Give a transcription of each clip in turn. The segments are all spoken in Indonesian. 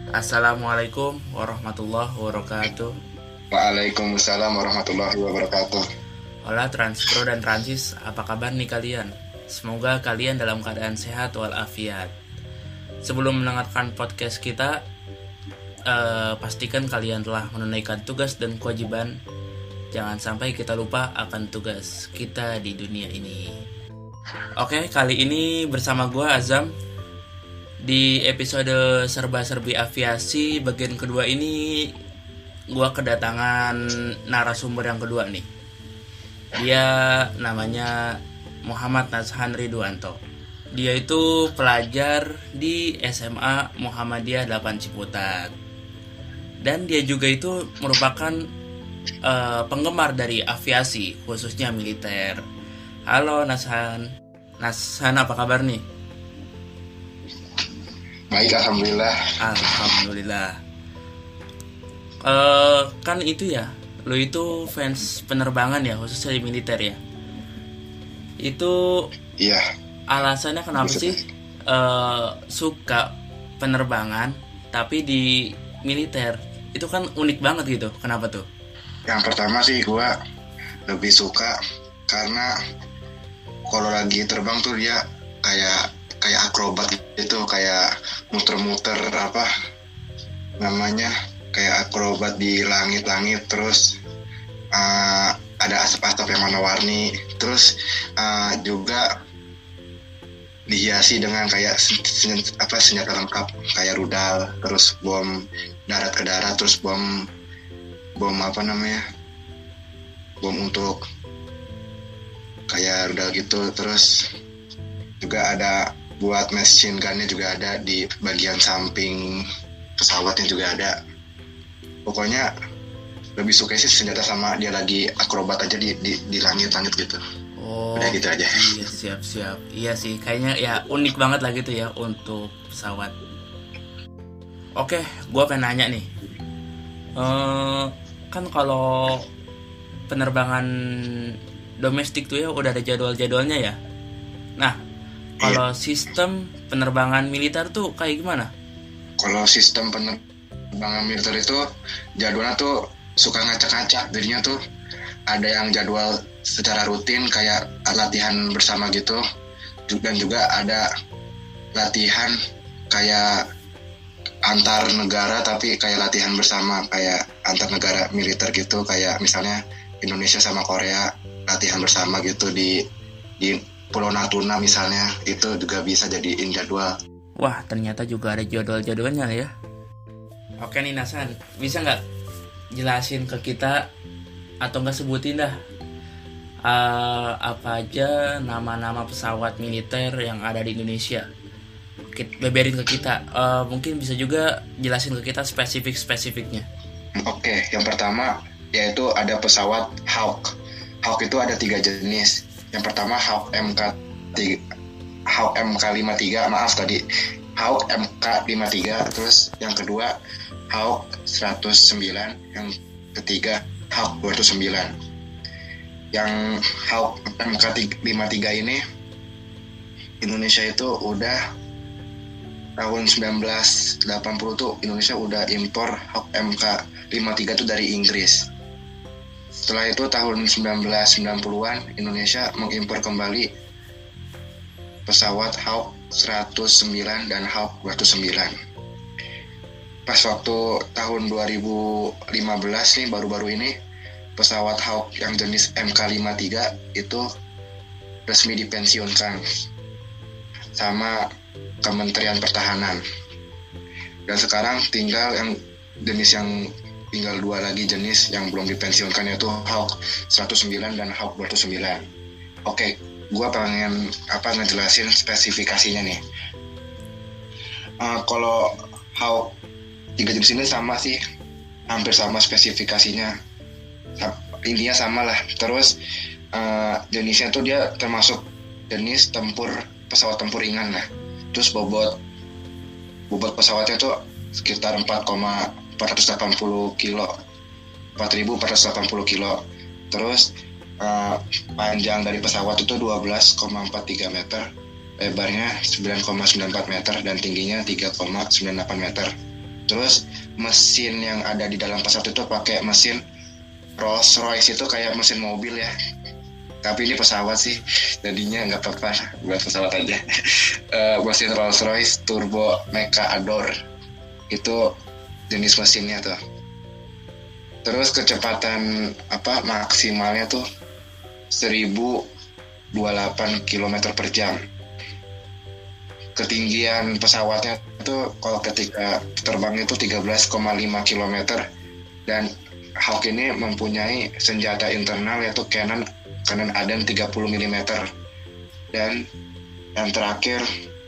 Assalamualaikum warahmatullahi wabarakatuh. Waalaikumsalam warahmatullahi wabarakatuh. Hola Transpro dan Transis, apa kabar nih kalian? Semoga kalian dalam keadaan sehat walafiat. Sebelum mendengarkan podcast kita, pastikan kalian telah menunaikan tugas dan kewajiban. Jangan sampai kita lupa akan tugas kita di dunia ini. Oke, kali ini bersama gue Azam. Di episode serba-serbi aviasi bagian kedua ini gue kedatangan narasumber yang kedua nih. Dia namanya Muhammad Nazhan Ridwanto. Dia itu pelajar di SMA Muhammadiyah 8 Ciputat. Dan dia juga itu merupakan penggemar dari aviasi, khususnya militer. Halo Nazhan. Nazhan, apa kabar nih? Baik, alhamdulillah. Alhamdulillah. Kan itu ya, lo itu fans penerbangan ya, khususnya di militer ya. Itu Iya. alasannya kenapa sih suka penerbangan tapi di militer? Itu kan unik banget gitu. Kenapa tuh? Yang pertama sih gue lebih suka karena kalau lagi terbang tuh dia kayak akrobat gitu, kayak muter-muter apa namanya, kayak akrobat di langit-langit, terus ada asap-asap yang warna-warni, terus juga dihiasi dengan kayak senjata lengkap kayak rudal, terus bom darat ke darat, terus bom untuk kayak rudal gitu, terus juga ada buat machine gunnya juga ada di bagian samping pesawatnya juga ada. Pokoknya lebih suka sih senjata sama dia lagi akrobat aja di langit-langit gitu. Oh, udah gitu aja. Iya, siap. Iya sih, kayaknya ya unik banget lah gitu ya untuk pesawat. Oke, gue pengen nanya nih. Kan kalau penerbangan domestik tuh ya udah ada jadwal-jadwalnya ya. Nah, kalau sistem penerbangan militer tuh kayak gimana? Kalau sistem penerbangan militer itu jadwalnya tuh suka ngacak-ngacak. Jadinya tuh ada yang jadwal secara rutin kayak latihan bersama gitu, dan juga ada latihan kayak antar negara tapi kayak latihan bersama, kayak antar negara militer gitu, kayak misalnya Indonesia sama Korea latihan bersama gitu di Pulau Natuna misalnya, itu juga bisa jadiin jadwal. Wah, ternyata juga ada jadwal-jadwalnya ya. Oke nih Nasan, bisa nggak jelasin ke kita atau nggak sebutin dah apa aja nama-nama pesawat militer yang ada di Indonesia? Beberin ke kita. Mungkin bisa juga jelasin ke kita spesifik-spesifiknya. Oke, yang pertama yaitu ada pesawat Hawk. Hawk itu ada 3 jenis. Yang pertama Hawk MK53, Hawk MK53, terus yang kedua Hawk 109, yang ketiga Hawk 209. Yang Hawk MK53 ini Indonesia itu udah tahun 1980 tuh Indonesia udah impor Hawk MK53 tuh dari Inggris. Setelah itu tahun 1990-an Indonesia mengimpor kembali pesawat Hawk 109 dan Hawk 209. Pas waktu tahun 2015 nih, baru-baru ini, pesawat Hawk yang jenis MK53 itu resmi dipensiunkan sama Kementerian Pertahanan. Dan sekarang tinggal yang jenis yang tinggal 2 lagi jenis yang belum dipensiunkan, yaitu Hawk 109 dan Hawk 209. Oke, gue pengen ngejelasin spesifikasinya nih. Kalau Hawk 3 jenis ini sama sih, hampir sama spesifikasinya, intinya sama lah. Terus jenisnya tuh dia termasuk jenis pesawat tempur ringan lah. Terus bobot pesawatnya tuh sekitar 4.480 kilo. Terus panjang dari pesawat itu 12,43 meter, lebarnya 9,94 meter, dan tingginya 3,98 meter. Terus mesin yang ada di dalam pesawat itu pakai mesin Rolls Royce, itu kayak mesin mobil ya. Tapi ini pesawat sih, jadinya nggak apa-apa buat pesawat aja. Mesin Rolls Royce Turbo Mecha Adore, itu jenis mesinnya tuh. Terus kecepatan maksimalnya tuh 1028 km per jam. Ketinggian pesawatnya tuh kalau ketika terbang itu 13,5 km. Dan Hawk ini mempunyai senjata internal yaitu Canon ADAM 30 mm. Dan yang terakhir,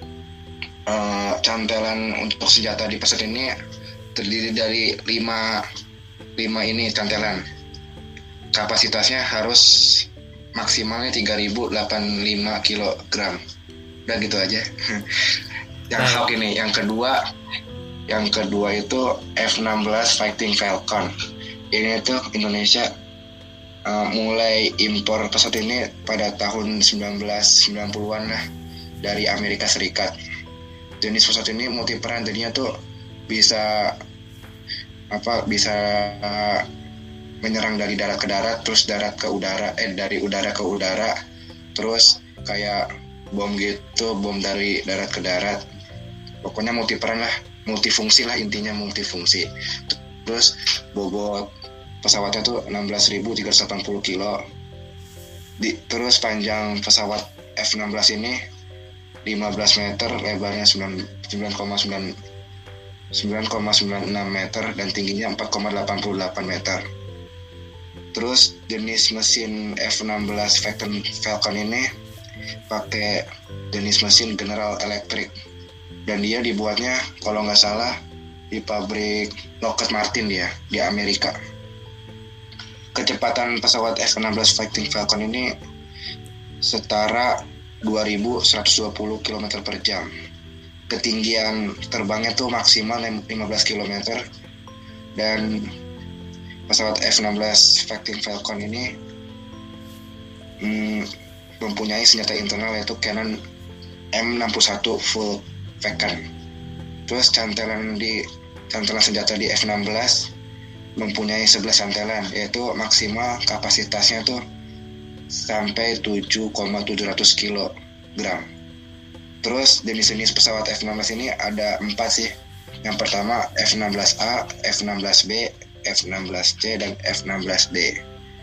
cantelan untuk senjata di pesawat ini terdiri dari 5 ini cantelan. Kapasitasnya harus maksimalnya 3085 kg. Udah gitu aja. Yang Hawk ini, yang kedua itu F-16 Fighting Falcon. Ini tuh Indonesia mulai impor pesawat ini pada tahun 1990-an lah dari Amerika Serikat. Jenis pesawat ini multiperan, jadinya tuh bisa menyerang dari darat ke darat, terus darat ke udara, dari udara ke udara, terus kayak bom gitu, bom dari darat ke darat. Pokoknya multiperan lah, multifungsi lah, intinya multifungsi. Terus bobot pesawatnya tuh 16.380 kilo. Terus panjang pesawat F-16 ini 15 meter, lebarnya 9,96 meter, dan tingginya 4,88 meter. Terus jenis mesin F-16 Falcon ini pakai jenis mesin General Electric, dan dia dibuatnya kalau nggak salah di pabrik Lockheed Martin dia di Amerika. Kecepatan pesawat F-16 Fighting Falcon ini setara 2.120 km per jam. Ketinggian terbangnya tuh maksimal 15 km. Dan pesawat F-16 Fighting Falcon ini mempunyai senjata internal yaitu Canon M61 Full Falcon. Terus cantelan senjata di F-16 mempunyai 11 cantelan, yaitu maksimal kapasitasnya tuh sampai 7,700 kg. Terus jenis-jenis pesawat F-16 ini ada 4 sih. Yang pertama F-16A, F-16B, F-16C, dan F-16D.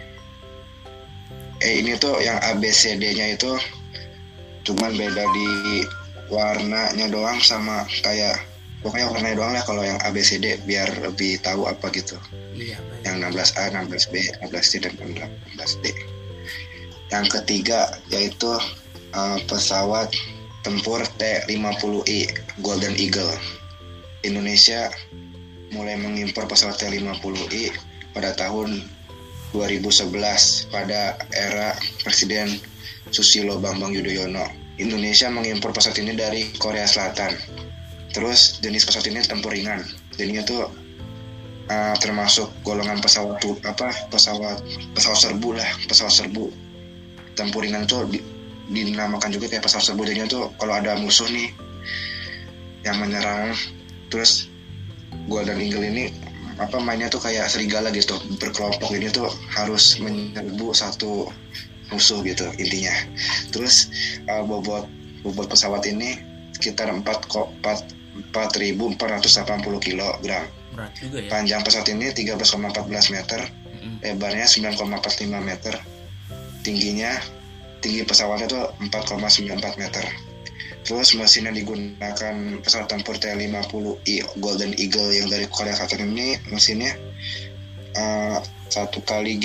Ini tuh yang ABCD-nya itu cuman beda di warnanya doang, sama kayak pokoknya warnanya doang lah kalau yang ABCD, biar lebih tahu apa gitu. Iya, baik. Yang 16A, 16B, 16C, dan 16D. Yang ketiga yaitu pesawat tempur T-50I Golden Eagle. Indonesia mulai mengimpor pesawat T-50I pada tahun 2011 pada era Presiden Susilo Bambang Yudhoyono. Indonesia mengimpor pesawat ini dari Korea Selatan. Terus jenis pesawat ini tempur ringan. Jadinya tuh termasuk golongan pesawat serbu lah, pesawat serbu. Tempur ringan tuh dinamakan juga kayak pesawat serbu. Jadinya tuh kalau ada musuh nih yang menyerang, terus Golden Eagle ini mainnya tuh kayak serigala gitu, berkelompok. Ini tuh harus menyerbu satu musuh gitu intinya. Terus bobot pesawat ini sekitar 4.480 kg. Berat juga ya. Panjang pesawat ini 13,14 meter, lebarnya 9,45 meter. Tinggi pesawatnya tuh 4,94 meter. Terus mesin yang digunakan pesawat tempur T-50I Golden Eagle yang dari Korea Selatan ini mesinnya 1 kali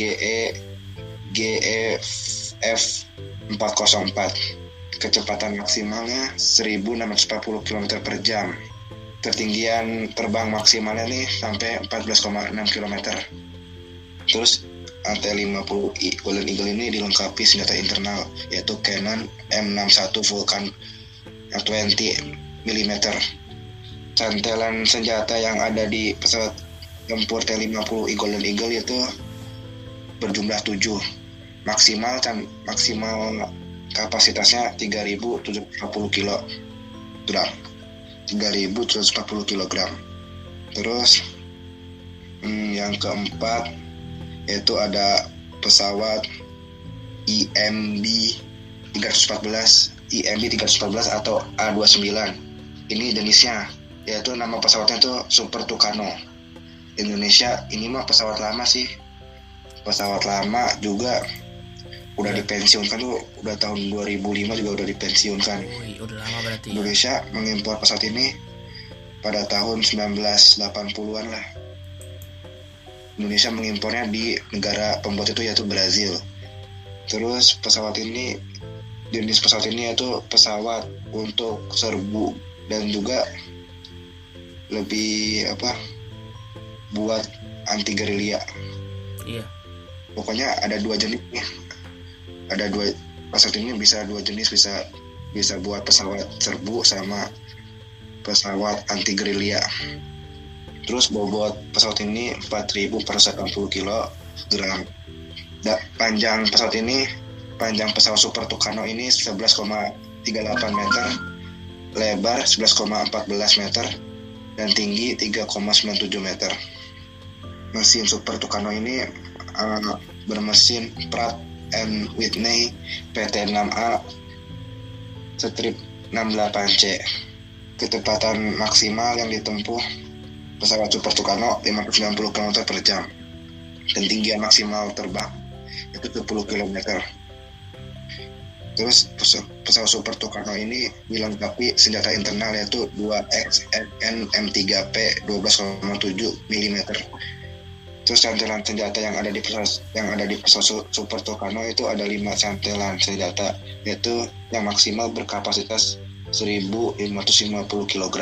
GEF 404. Kecepatan maksimalnya 1.640 km per jam. Ketinggian terbang maksimalnya nih sampai 14,6 km. Terus T-50I Golden Eagle ini dilengkapi senjata internal yaitu Canon M61 Vulcan 20 mm. Cantelan senjata yang ada di pesawat tempur T-50I Golden Eagle itu berjumlah 7. Maksimal kapasitasnya 3.740 kg. 3.740 kg. Terus yang keempat yaitu ada pesawat IMB 314 atau A29. Ini jenisnya, yaitu nama pesawatnya itu Super Tucano. Indonesia ini mah pesawat lama sih, pesawat lama juga udah dipensiunkan tuh, udah tahun 2005 juga udah dipensiunkan. Udah lama berarti. Indonesia mengimpor pesawat ini pada tahun 1980-an lah. Indonesia mengimpornya di negara pembuat itu yaitu Brazil. Terus jenis pesawat ini yaitu pesawat untuk serbu dan juga lebih buat anti gerilya. Iya. Pokoknya ada dua jenis nih. Pesawat ini bisa dua jenis, bisa buat pesawat serbu sama pesawat anti gerilya. Terus bobot pesawat ini 4.480 kg. Panjang pesawat Super Tucano ini 11,38 meter, lebar 11,14 meter, dan tinggi 3,97 meter. Mesin Super Tucano ini bermesin Pratt & Whitney PT6A strip 68C. Kecepatan maksimal yang ditempuh pesawat Super Tucano 590 km per jam. Ketinggian maksimal terbang itu 10 km. Terus pesawat Super Tucano ini dilengkapi senjata internal yaitu 2 M3P 12,7 mm. Terus cantelan senjata yang ada di pesawat Super Tucano itu ada 5 cantelan senjata, yaitu yang maksimal berkapasitas 1.550 kg.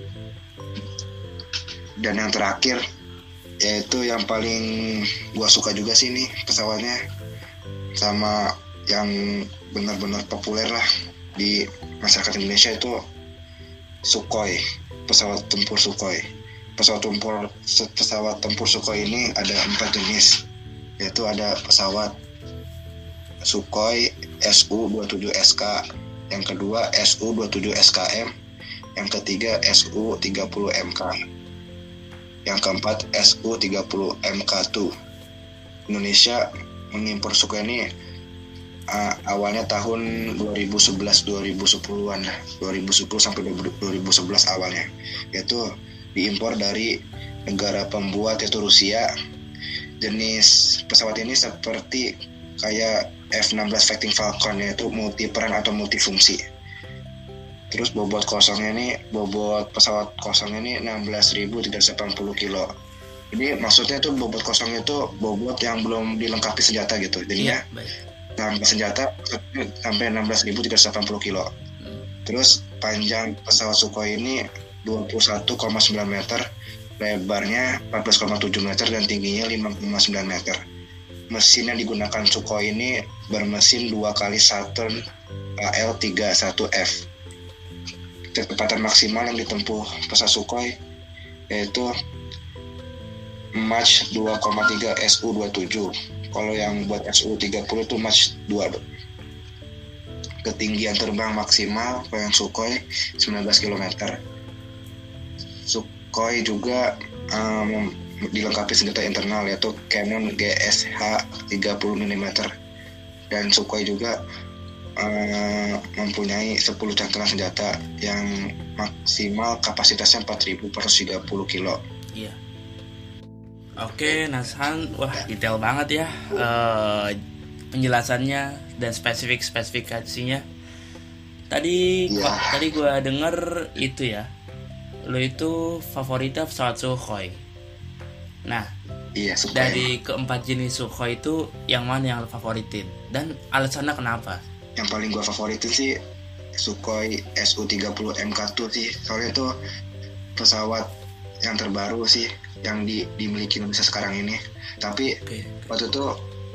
Dan yang terakhir yaitu yang paling gua suka juga sih nih pesawatnya, sama yang benar-benar populer lah di masyarakat Indonesia, itu Sukhoi, pesawat tempur Sukhoi. Pesawat tempur Sukhoi ini ada 4 jenis, yaitu ada pesawat Sukhoi Su-27SK, yang kedua Su-27SKM, yang ketiga Su-30MK, yang keempat Su-30MK2. Indonesia mengimpor Sukhoi ini awalnya tahun 2011-2010-an lah, 2010 sampai 2011 awalnya, yaitu diimpor dari negara pembuat yaitu Rusia. Jenis pesawat ini seperti kayak F-16 Fighting Falcon, yaitu multiperan atau multifungsi. Terus bobot pesawat kosongnya ini 16.380 kilo. Jadi maksudnya tuh bobot kosongnya itu bobot yang belum dilengkapi senjata gitu. Jadinya tanpa senjata sampai 16.380 kilo. Terus panjang pesawat Sukhoi ini 21,9 meter, lebarnya 14,7 meter, dan tingginya 5,9 meter. Mesin yang digunakan Sukhoi ini bermesin 2 kali Saturn AL31F. Kecepatan maksimal yang ditempuh pesawat Sukhoi yaitu Mach 2,3 Su-27. Kalau yang buat Su-30 itu Mach 2. Ketinggian terbang maksimal yang Sukhoi 19 km. Sukhoi juga dilengkapi senjata internal yaitu Cannon GSH 30 mm, dan Sukhoi juga mempunyai 10 cantelan senjata yang maksimal kapasitasnya 4.430 kilo. Iya. Oke, Nashan, wah detail banget ya penjelasannya dan spesifikasinya. Tadi gue denger itu ya, lo itu favoritnya pesawat Sukhoi. Nah, iya, Sukhoi. Dari keempat jenis Sukhoi itu yang mana yang lo favoritin dan alasannya kenapa? Yang paling gue favoritin sih Sukhoi Su-30MK2 sih, soalnya itu pesawat yang terbaru sih yang dimiliki Indonesia sekarang ini. Tapi waktu itu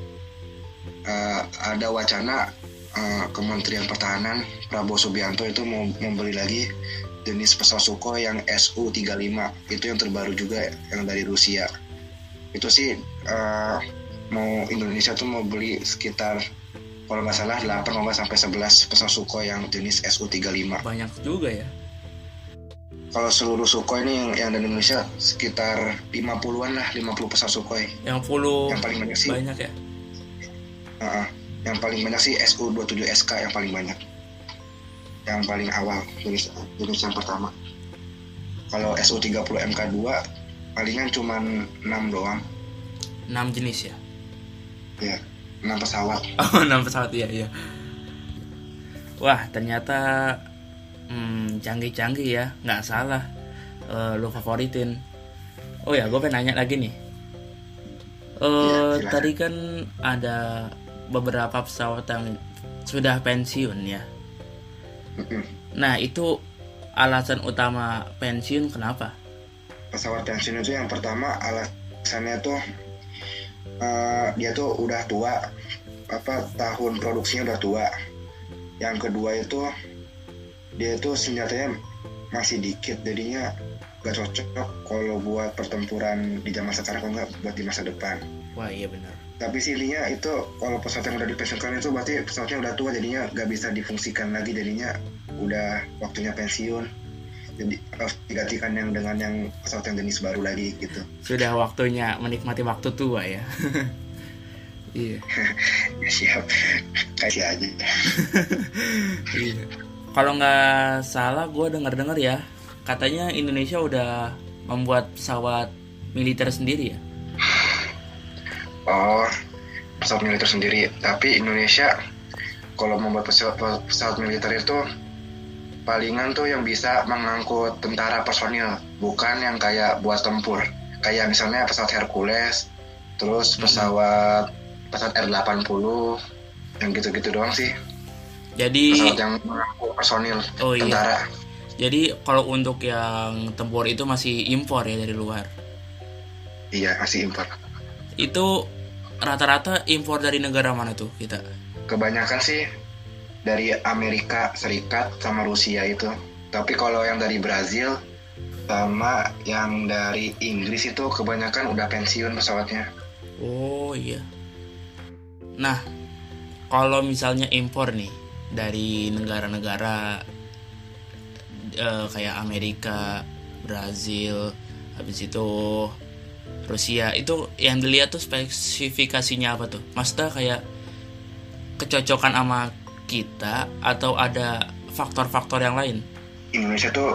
ada wacana Kementerian Pertahanan Prabowo Subianto itu mau membeli lagi jenis pesawat Sukhoi yang Su-35, itu yang terbaru juga yang dari Rusia. Itu sih mau Indonesia tuh mau beli sekitar kalau nggak salah 8 sampai 11 pesawat Sukhoi yang jenis Su-35. Banyak juga ya. Kalau seluruh Sukhoi ini yang dari Indonesia sekitar 50-an lah, 50 pesawat Sukhoi. Yang paling banyak sih banyak ya? Yang paling banyak sih Su-27SK yang paling banyak. Yang paling awal, jenis yang pertama. Kalau Su-30 Mk2 palingan cuma 6 doang. 6 jenis ya? Ya, 6 pesawat. Oh, 6 pesawat, iya. Wah, ternyata canggih-canggih ya, nggak salah. Lu favoritin. Oh ya, gue pengen nanya lagi nih. Tadi kan ada beberapa pesawat yang sudah pensiun ya. Nah, itu alasan utama pensiun kenapa? Pesawat pensiun itu yang pertama alasannya tuh dia tuh udah tua, tahun produksinya udah tua. Yang kedua itu dia tuh senjatanya masih dikit, jadinya gak cocok kalau buat pertempuran di zaman sekarang, kalau nggak buat di masa depan. Wah, iya benar. Tapi sih intinya itu kalau pesawat yang udah dipensiunkan itu berarti pesawatnya udah tua, jadinya gak bisa difungsikan lagi, jadinya udah waktunya pensiun. Jadi harus digantikan dengan yang pesawat yang jenis baru lagi gitu. Sudah waktunya menikmati waktu tua ya. Iya. Siap, kasih aja. Iya. Kalau nggak salah, gue dengar ya, katanya Indonesia udah membuat pesawat militer sendiri ya. Oh, pesawat militer sendiri. Tapi Indonesia kalau membuat pesawat militer itu palingan tuh yang bisa mengangkut tentara personil, bukan yang kayak buat tempur. Kayak misalnya pesawat Hercules, terus pesawat R80, yang gitu-gitu doang sih. Jadi pesawat yang mengangkut personil tentara. Iya. Jadi kalau untuk yang tempur itu masih impor ya dari luar. Iya, masih impor. Itu rata-rata impor dari negara mana tuh kita? Kebanyakan sih dari Amerika Serikat sama Rusia itu. Tapi kalau yang dari Brazil sama yang dari Inggris itu kebanyakan udah pensiun pesawatnya. Oh iya. Nah, kalau misalnya impor nih dari negara-negara kayak Amerika, Brazil, habis itu Rusia, itu yang dilihat tuh spesifikasinya apa tuh? Maksudnya kayak kecocokan sama kita atau ada faktor-faktor yang lain? Indonesia tuh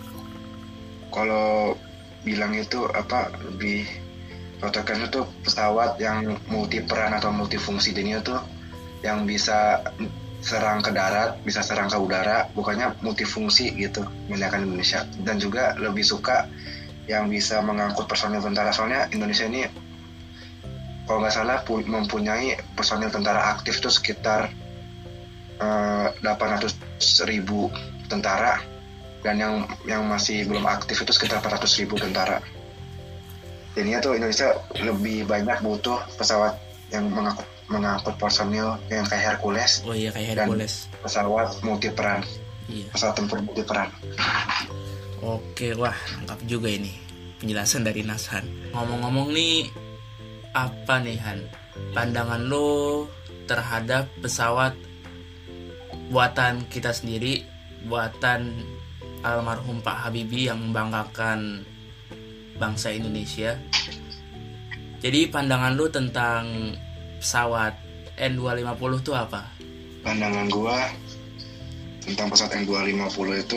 kalau bilang itu lebih cocoknya tuh pesawat yang multiperan atau multifungsi, jadinya tuh yang bisa serang ke darat, bisa serang ke udara, bukannya multifungsi gitu, menggunakan Indonesia. Dan juga lebih suka yang bisa mengangkut personil tentara, soalnya Indonesia ini kalau nggak salah mempunyai personil tentara aktif tuh sekitar 800.000 tentara, dan yang masih belum aktif itu sekitar 400.000 tentara. Jadinya tuh Indonesia lebih banyak butuh pesawat yang mengangkut personil yang kayak Hercules. Oh iya, kayak Hercules. Dan pesawat multiperan. Iya. Pesawat tempur multiperan. Oke, wah lengkap juga ini penjelasan dari Nashan. Ngomong-ngomong nih, apa nih Han, pandangan lo terhadap pesawat buatan kita sendiri, buatan almarhum Pak Habibie yang membanggakan bangsa Indonesia? Jadi pandangan lu tentang pesawat N250 itu apa? Pandangan gua tentang pesawat N250 itu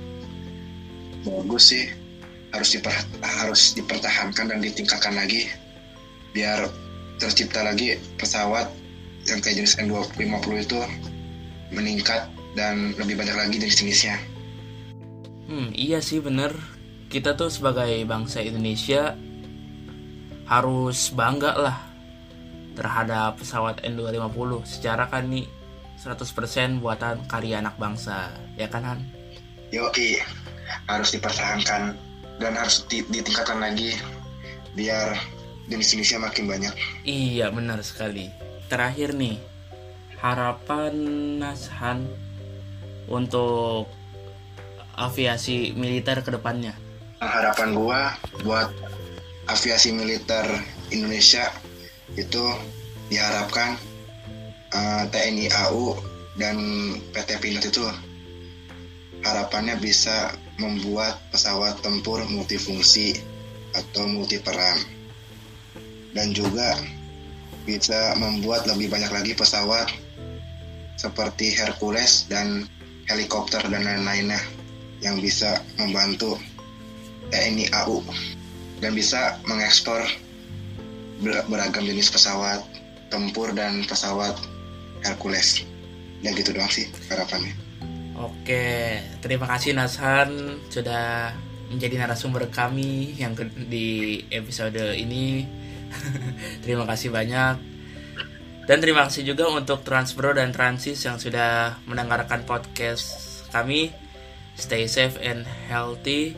bagus sih, harus dipertahankan dan ditingkatkan lagi biar tercipta lagi pesawat yang kayak jenis N250 itu meningkat dan lebih banyak lagi jenis-jenisnya. Iya sih bener. Kita tuh sebagai bangsa Indonesia harus bangga lah terhadap pesawat N250. Secara kan nih 100% buatan karya anak bangsa, ya kan Han? Yoi, harus dipertahankan dan harus ditingkatkan lagi biar jenis-jenisnya makin banyak. Iya benar sekali. Terakhir nih, harapan Nashan untuk aviasi militer ke depannya. Harapan gua buat aviasi militer Indonesia itu diharapkan TNI AU dan PT Pindad itu harapannya bisa membuat pesawat tempur multifungsi atau multiperan, dan juga bisa membuat lebih banyak lagi pesawat seperti Hercules dan helikopter dan lain-lainnya yang bisa membantu TNI AU dan bisa mengekspor beragam jenis pesawat tempur dan pesawat Hercules. Dan gitu doang sih harapannya. Oke, terima kasih Nashan sudah menjadi narasumber kami yang di episode ini. Terima kasih banyak. Dan terima kasih juga untuk Transbro dan Transis yang sudah mendengarkan podcast kami. Stay safe and healthy.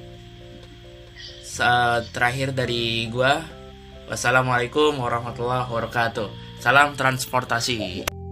Terakhir dari gua, wassalamualaikum warahmatullahi wabarakatuh. Salam transportasi.